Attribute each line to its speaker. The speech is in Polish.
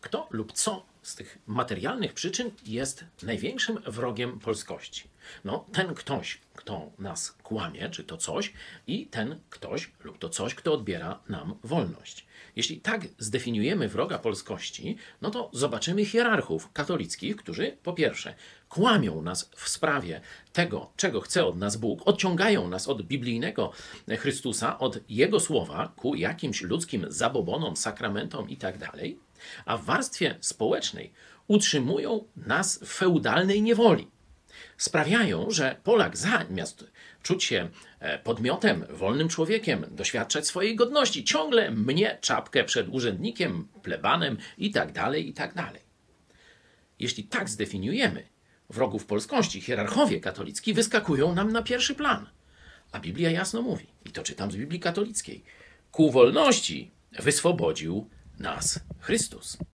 Speaker 1: kto lub co z tych materialnych przyczyn jest największym wrogiem polskości? No, ten ktoś, kto nas kłamie, czy to coś, i ten ktoś lub to coś, kto odbiera nam wolność. Jeśli tak zdefiniujemy wroga polskości, no to zobaczymy hierarchów katolickich, którzy po pierwsze kłamią nas w sprawie tego, czego chce od nas Bóg, odciągają nas od biblijnego Chrystusa, od Jego słowa ku jakimś ludzkim zabobonom, sakramentom itd., a w warstwie społecznej utrzymują nas w feudalnej niewoli. Sprawiają, że Polak zamiast czuć się podmiotem, wolnym człowiekiem, doświadczać swojej godności, ciągle mnie czapkę przed urzędnikiem, plebanem itd. Jeśli tak zdefiniujemy wrogów polskości, hierarchowie katolicki wyskakują nam na pierwszy plan. A Biblia jasno mówi, i to czytam z Biblii katolickiej, ku wolności wyswobodził nas Chrystus.